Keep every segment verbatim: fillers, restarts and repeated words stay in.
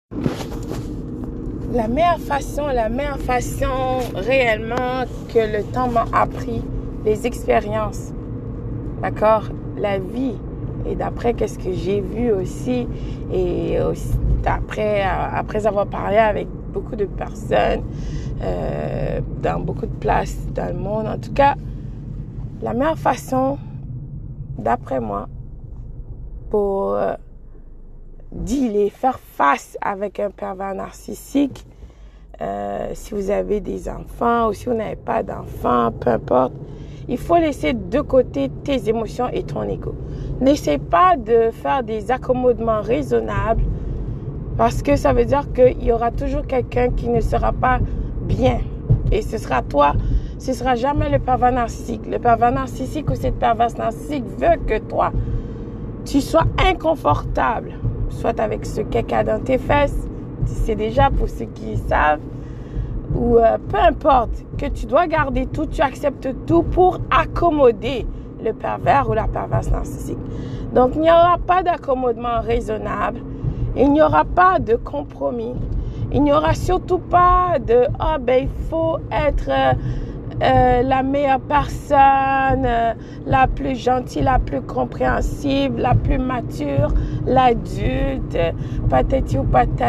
La meilleure façon, la meilleure façon réellement que le temps m'a appris, les expériences, d'accord, la vie, et d'après qu'est-ce que j'ai vu aussi, et aussi après, après avoir parlé avec beaucoup de personnes, euh, dans beaucoup de places dans le monde, en tout cas, la meilleure façon, d'après moi, pour euh, dealer, faire face avec un pervers narcissique, euh, si vous avez des enfants ou si vous n'avez pas d'enfants, peu importe, il faut laisser de côté tes émotions et ton ego. N'essaie pas de faire des accommodements raisonnables parce que ça veut dire qu'il y aura toujours quelqu'un qui ne sera pas bien. Et ce sera toi, ce ne sera jamais le pervers narcissique. Le pervers narcissique ou cette perverse narcissique veut que toi, tu sois inconfortable, soit avec ce caca dans tes fesses, c'est déjà pour ceux qui savent, ou euh, peu importe, que tu dois garder tout, tu acceptes tout pour accommoder le pervers ou la perverse narcissique. Donc, il n'y aura pas d'accommodement raisonnable, il n'y aura pas de compromis, il n'y aura surtout pas de « ah oh, ben il faut être euh, euh, la meilleure personne, euh, la plus gentille, la plus compréhensible, la plus mature, l'adulte, patati ou patata ».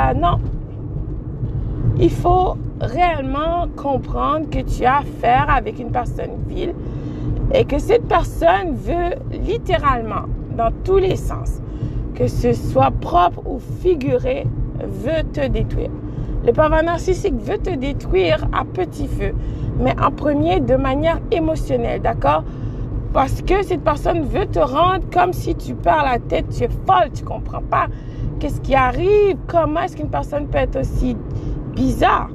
Non, il faut réellement comprendre que tu as affaire avec une personne vile et que cette personne veut littéralement, dans tous les sens, que ce soit propre ou figuré, veut te détruire. Le pervers narcissique veut te détruire à petit feu, mais en premier de manière émotionnelle, d'accord? Parce que cette personne veut te rendre comme si tu perds la tête, tu es folle, tu comprends pas qu'est-ce qui arrive, comment est-ce qu'une personne peut être aussi bizarre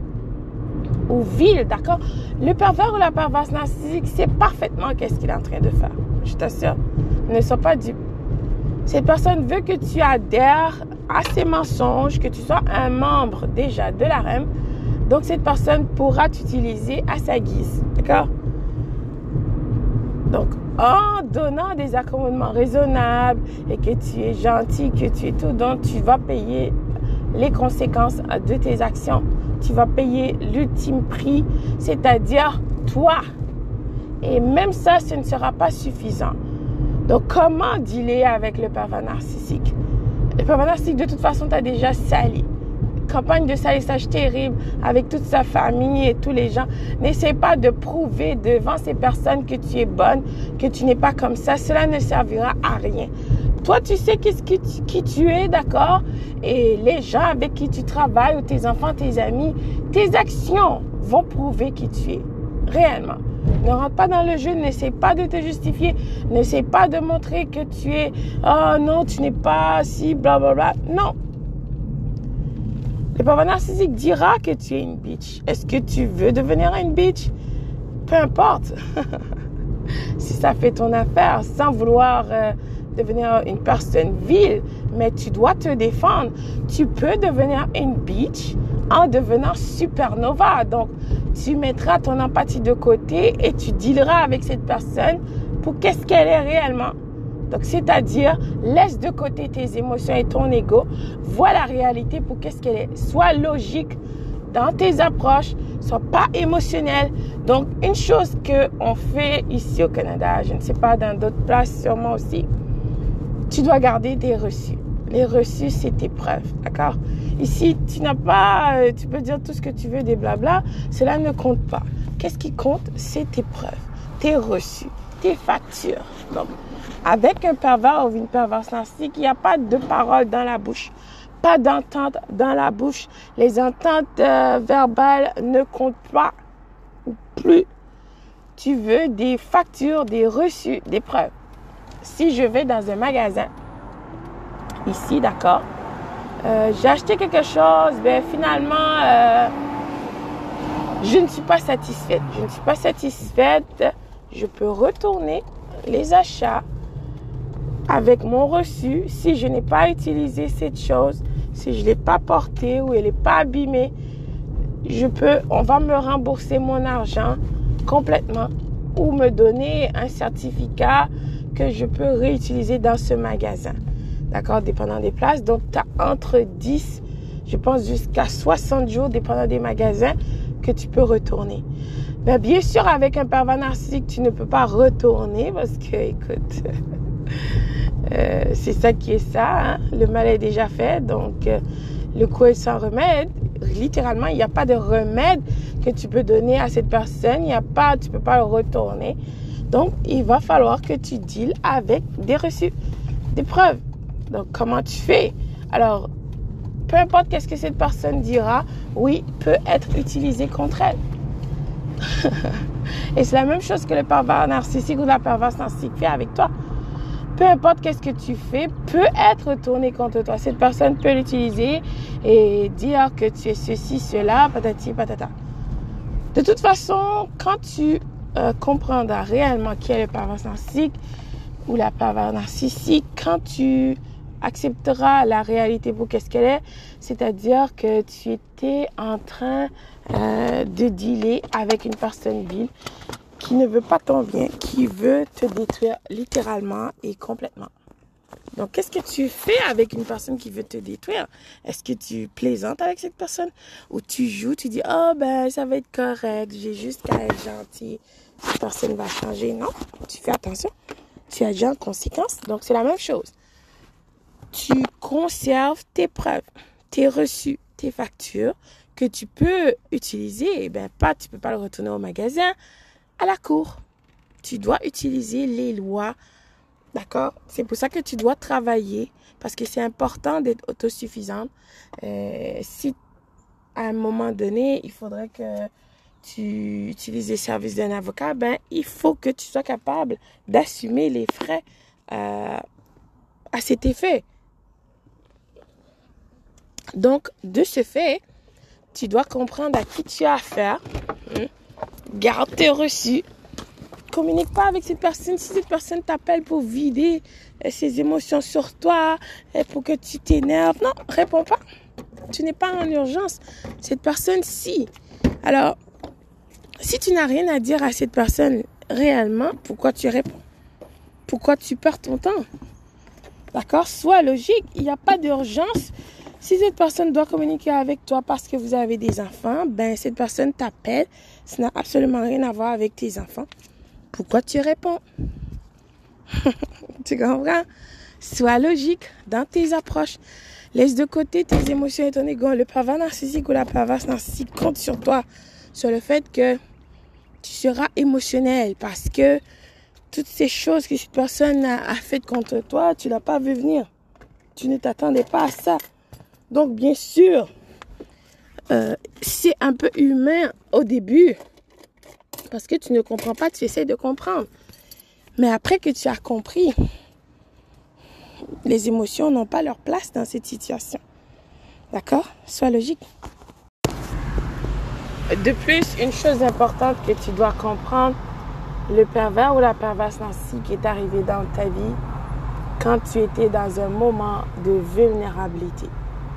ou vile, d'accord? Le pervers ou la perverse narcissique sait parfaitement qu'est-ce qu'il est en train de faire. Je t'assure, ne sois pas dupe. Cette personne veut que tu adhères à ses mensonges, que tu sois un membre déjà de la R E M. Donc, cette personne pourra t'utiliser à sa guise, d'accord? Donc, en donnant des accommodements raisonnables et que tu es gentil, que tu es tout, donc tu vas payer les conséquences de tes actions. Tu vas payer l'ultime prix, c'est-à-dire toi. Et même ça, ce ne sera pas suffisant. Donc, comment dealer avec le pervers narcissique? Le pervers narcissique, de toute façon, t'as déjà sali. Campagne de salissage terrible avec toute sa famille et tous les gens. N'essaie pas de prouver devant ces personnes que tu es bonne, que tu n'es pas comme ça. Cela ne servira à rien. Toi, tu sais qu'est-ce que tu, qui tu es, d'accord? Et les gens avec qui tu travailles, ou tes enfants, tes amis, tes actions vont prouver qui tu es, réellement. Ne rentre pas dans le jeu, n'essaie pas de te justifier, n'essaie pas de montrer que tu es « oh non, tu n'es pas si, blablabla ». Non. Le pervers narcissique dira que tu es une bitch. Est-ce que tu veux devenir une bitch? Peu importe. Si ça fait ton affaire, sans vouloir euh, devenir une personne vile, mais tu dois te défendre. Tu peux devenir une bitch en devenant supernova. Donc, tu mettras ton empathie de côté et tu dealeras avec cette personne pour qu'est-ce qu'elle est réellement. Donc, c'est-à-dire, laisse de côté tes émotions et ton ego. Vois la réalité pour qu'est-ce qu'elle est. Sois logique dans tes approches. Sois pas émotionnel. Donc, une chose qu'on fait ici au Canada, je ne sais pas, dans d'autres places sûrement aussi, tu dois garder tes reçus. Les reçus, c'est tes preuves, d'accord? Ici, tu n'as pas, tu peux dire tout ce que tu veux, des blabla, cela ne compte pas. Qu'est-ce qui compte? C'est tes preuves, tes reçus, tes factures. Donc, avec un pervers ou une perverse narcissique, il n'y a pas de parole dans la bouche, pas d'entente dans la bouche. Les ententes euh, verbales ne comptent pas plus. Tu veux des factures, des reçus, des preuves. Si je vais dans un magasin, ici, d'accord, euh, j'ai acheté quelque chose, ben finalement, euh, je ne suis pas satisfaite. Je ne suis pas satisfaite. Je peux retourner les achats avec mon reçu. Si je n'ai pas utilisé cette chose, si je ne l'ai pas portée ou elle n'est pas abîmée, je peux, on va me rembourser mon argent complètement ou me donner un certificat que je peux réutiliser dans ce magasin. d'accord, dépendant des places. Donc, tu as entre dix, je pense, jusqu'à soixante jours, dépendant des magasins, que tu peux retourner. Mais bien sûr, avec un pervers narcissique, tu ne peux pas retourner parce que, écoute, euh, c'est ça qui est ça. Hein? Le mal est déjà fait, donc euh, le coup est sans remède. Littéralement, il n'y a pas de remède que tu peux donner à cette personne. Il n'y a pas, tu peux pas le retourner. Donc, il va falloir que tu deals avec des reçus, des preuves. Donc, comment tu fais? Alors, peu importe qu'est-ce que cette personne dira, oui, peut être utilisé contre elle. Et c'est la même chose que le pervers narcissique ou la perverse narcissique fait avec toi. Peu importe qu'est-ce que tu fais, peut être retourné contre toi. Cette personne peut l'utiliser et dire que tu es ceci, cela, patati, patata. De toute façon, quand tu euh, comprendras réellement qui est le pervers narcissique ou la perverse narcissique, quand tu accepteras la réalité pour qu'est-ce qu'elle est, c'est-à-dire que tu étais en train euh, de dealer avec une personne vile qui ne veut pas ton bien, qui veut te détruire littéralement et complètement. Donc, qu'est-ce que tu fais avec une personne qui veut te détruire? Est-ce que tu plaisantes avec cette personne? Ou tu joues, tu dis, oh ben, ça va être correct, j'ai juste qu'à être gentil, cette personne va changer. Non, tu fais attention, tu agis en conséquence. Donc, c'est la même chose. Tu conserves tes preuves, tes reçus, tes factures que tu peux utiliser. Eh bien, pas, tu ne peux pas le retourner au magasin, à la cour. Tu dois utiliser les lois, d'accord? C'est pour ça que tu dois travailler, parce que c'est important d'être autosuffisante. Euh, si, à un moment donné, il faudrait que tu utilises les services d'un avocat, ben, il faut que tu sois capable d'assumer les frais euh, à cet effet. Donc, de ce fait, tu dois comprendre à qui tu as affaire. Hein? Garde tes reçus. Communique pas avec cette personne. Si cette personne t'appelle pour vider ses émotions sur toi, pour que tu t'énerves, non, réponds pas. Tu n'es pas en urgence. Cette personne, si. Alors, si tu n'as rien à dire à cette personne réellement, pourquoi tu réponds? Pourquoi tu perds ton temps? D'accord? Sois logique. Il n'y a pas d'urgence. Si cette personne doit communiquer avec toi parce que vous avez des enfants, ben cette personne t'appelle. Ça n'a absolument rien à voir avec tes enfants. Pourquoi tu réponds? Tu comprends? Sois logique dans tes approches. Laisse de côté tes émotions et ton ego. Le pervers narcissique ou la perverse narcissique compte sur toi. Sur le fait que tu seras émotionnel parce que toutes ces choses que cette personne a, a faites contre toi, tu ne l'as pas vu venir. Tu ne t'attendais pas à ça. Donc, bien sûr, euh, c'est un peu humain au début. Parce que tu ne comprends pas, tu essaies de comprendre. Mais après que tu as compris, les émotions n'ont pas leur place dans cette situation. D'accord? Sois logique. De plus, une chose importante que tu dois comprendre, le pervers ou la perverse narcissique est arrivé dans ta vie quand tu étais dans un moment de vulnérabilité.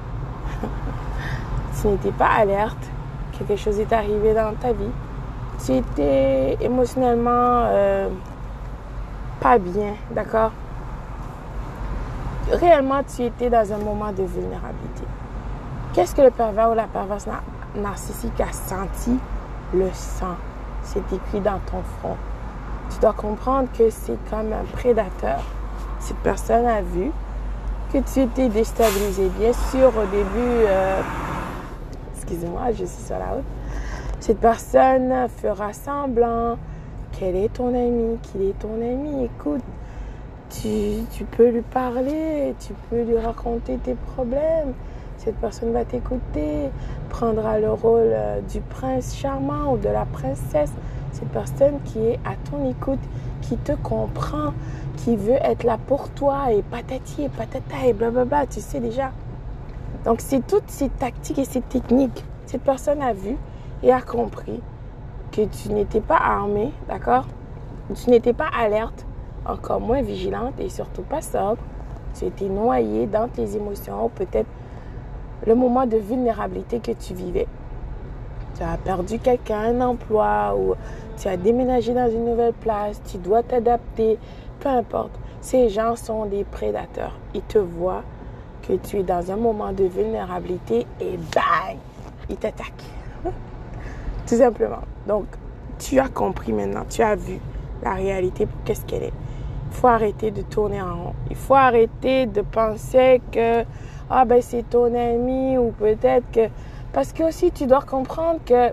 Tu n'étais pas alerte, quelque chose est arrivé dans ta vie. Tu étais émotionnellement euh, pas bien, d'accord? Réellement, tu étais dans un moment de vulnérabilité. Qu'est-ce que le pervers ou la perverse nar- narcissique a senti? Le sang. C'est écrit dans ton front. Tu dois comprendre que c'est comme un prédateur. Cette personne a vu que tu étais déstabilisé. Bien sûr, au début, euh, excusez-moi, je suis sur la route. Cette personne fera semblant qu'elle est ton ami, qu'il est ton ami. Écoute, tu, tu peux lui parler, tu peux lui raconter tes problèmes. Cette personne va t'écouter, prendra le rôle du prince charmant ou de la princesse. Cette personne qui est à ton écoute, qui te comprend, qui veut être là pour toi et patati et patata et blablabla, tu sais déjà. Donc, c'est toutes ces tactiques et ces techniques. Cette personne a vu et a compris que tu n'étais pas armé, d'accord? Tu n'étais pas alerte, encore moins vigilante et surtout pas sobre. Tu étais noyé dans tes émotions ou peut-être le moment de vulnérabilité que tu vivais. Tu as perdu quelqu'un, un emploi ou tu as déménagé dans une nouvelle place, tu dois t'adapter, peu importe. Ces gens sont des prédateurs. Ils te voient que tu es dans un moment de vulnérabilité et bang, ils t'attaquent. Tout simplement. Donc, tu as compris maintenant, tu as vu la réalité pour qu'est-ce qu'elle est. Il faut arrêter de tourner en rond. Il faut arrêter de penser que ah ben c'est ton ami ou peut-être que... Parce que aussi, tu dois comprendre que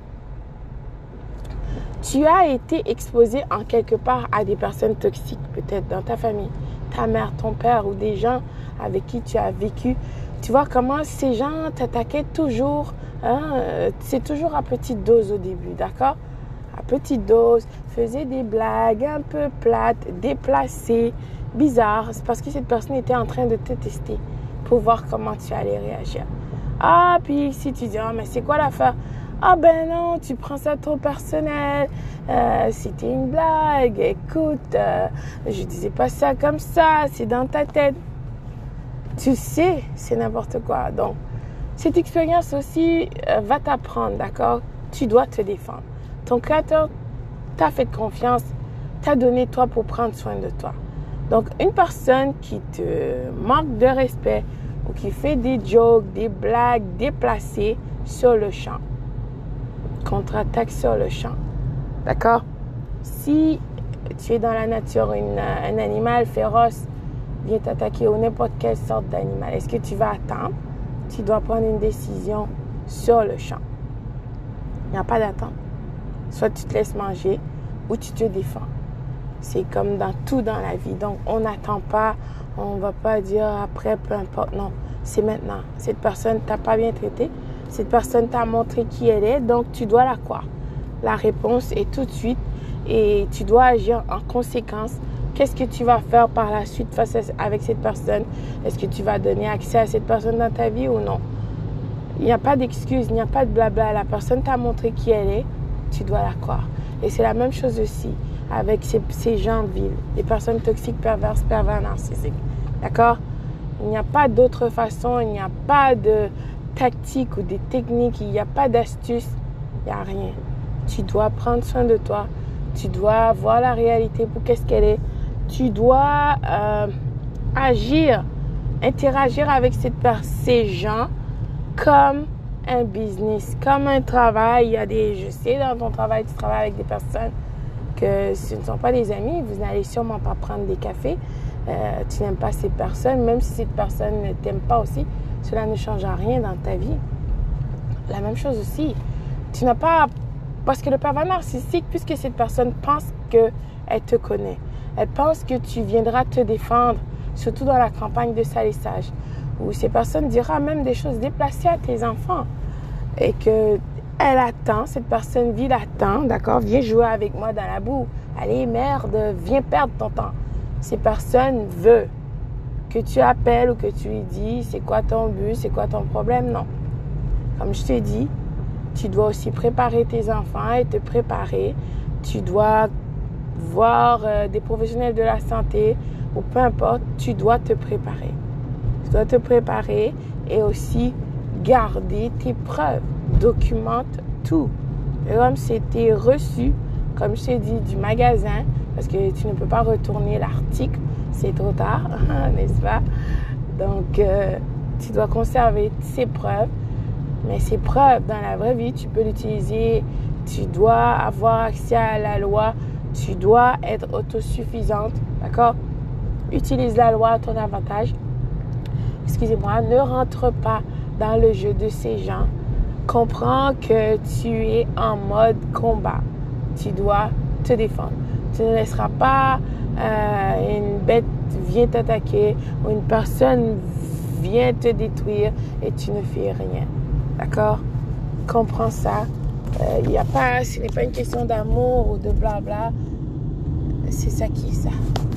tu as été exposé en quelque part à des personnes toxiques, peut-être dans ta famille, ta mère, ton père ou des gens avec qui tu as vécu. Tu vois comment ces gens t'attaquaient toujours. Hein? C'est toujours à petite dose au début, d'accord? À petite dose, faisaient des blagues un peu plates, déplacées, bizarres. C'est parce que cette personne était en train de te tester pour voir comment tu allais réagir. Ah, puis si tu dis, ah, mais c'est quoi l'affaire? Ah ben non, tu prends ça trop personnel, euh, c'était une blague, écoute, euh, je disais pas ça comme ça, c'est dans ta tête. Tu sais, c'est n'importe quoi. Donc, cette expérience aussi euh, va t'apprendre, d'accord? Tu dois te défendre. Ton créateur t'a fait confiance, t'a donné toi pour prendre soin de toi. Donc, une personne qui te manque de respect ou qui fait des jokes, des blagues déplacées sur le champ, contre-attaque sur le champ. D'accord? Si tu es dans la nature, une, un animal féroce vient t'attaquer ou n'importe quelle sorte d'animal, est-ce que tu vas attendre? Tu dois prendre une décision sur le champ. Il n'y a pas d'attente. Soit tu te laisses manger ou tu te défends. C'est comme dans tout dans la vie. Donc, on n'attend pas, on ne va pas dire après, peu importe. Non, c'est maintenant. Cette personne ne t'a pas bien traité. Cette personne t'a montré qui elle est, donc tu dois la croire. La réponse est tout de suite et tu dois agir en conséquence. Qu'est-ce que tu vas faire par la suite face à, avec cette personne? Est-ce que tu vas donner accès à cette personne dans ta vie ou non? Il n'y a pas d'excuse, il n'y a pas de blabla. La personne t'a montré qui elle est, tu dois la croire. Et c'est la même chose aussi avec ces, ces gens de ville, les personnes toxiques, perverses, pervers, narcissiques. D'accord? Il n'y a pas d'autre façon, il n'y a pas de tactique ou des techniques, il n'y a pas d'astuce, il n'y a rien. Tu dois prendre soin de toi, tu dois voir la réalité pour qu'est-ce qu'elle est, tu dois euh, agir, interagir avec cette, ces gens comme un business, comme un travail. Il y a des, je sais, dans ton travail, tu travailles avec des personnes que ce ne sont pas des amis, vous n'allez sûrement pas prendre des cafés, euh, tu n'aimes pas ces personnes, même si cette personne ne t'aime pas aussi, cela ne change rien dans ta vie. La même chose aussi. Tu n'as pas... Parce que le pervers narcissique, puisque cette personne pense qu'elle te connaît, elle pense que tu viendras te défendre, surtout dans la campagne de salissage, où ces personnes diront même des choses déplacées à tes enfants. Et que elle attend, cette personne vit l'attend, d'accord? Viens jouer avec moi dans la boue. Allez, merde, viens perdre ton temps. Ces personnes veulent que tu appelles ou que tu lui dis c'est quoi ton but, c'est quoi ton problème. Non. Comme je t'ai dit, tu dois aussi préparer tes enfants et te préparer. Tu dois voir euh, des professionnels de la santé ou peu importe, tu dois te préparer. Tu dois te préparer et aussi garder tes preuves. Documente tout. Et comme c'était reçu, comme je t'ai dit, du magasin, parce que tu ne peux pas retourner l'article, c'est trop tard, n'est-ce pas? Donc, euh, tu dois conserver ces preuves. Mais ces preuves, dans la vraie vie, tu peux l'utiliser. Tu dois avoir accès à la loi. Tu dois être autosuffisante. D'accord? Utilise la loi à ton avantage. Excusez-moi, ne rentre pas dans le jeu de ces gens. Comprends que tu es en mode combat. Tu dois te défendre. Tu ne laisseras pas euh, une bête vient t'attaquer ou une personne vient te détruire et tu ne fais rien. D'accord? Comprends ça. Il euh, y a pas, ce n'est pas une question d'amour ou de blabla. C'est ça qui est ça.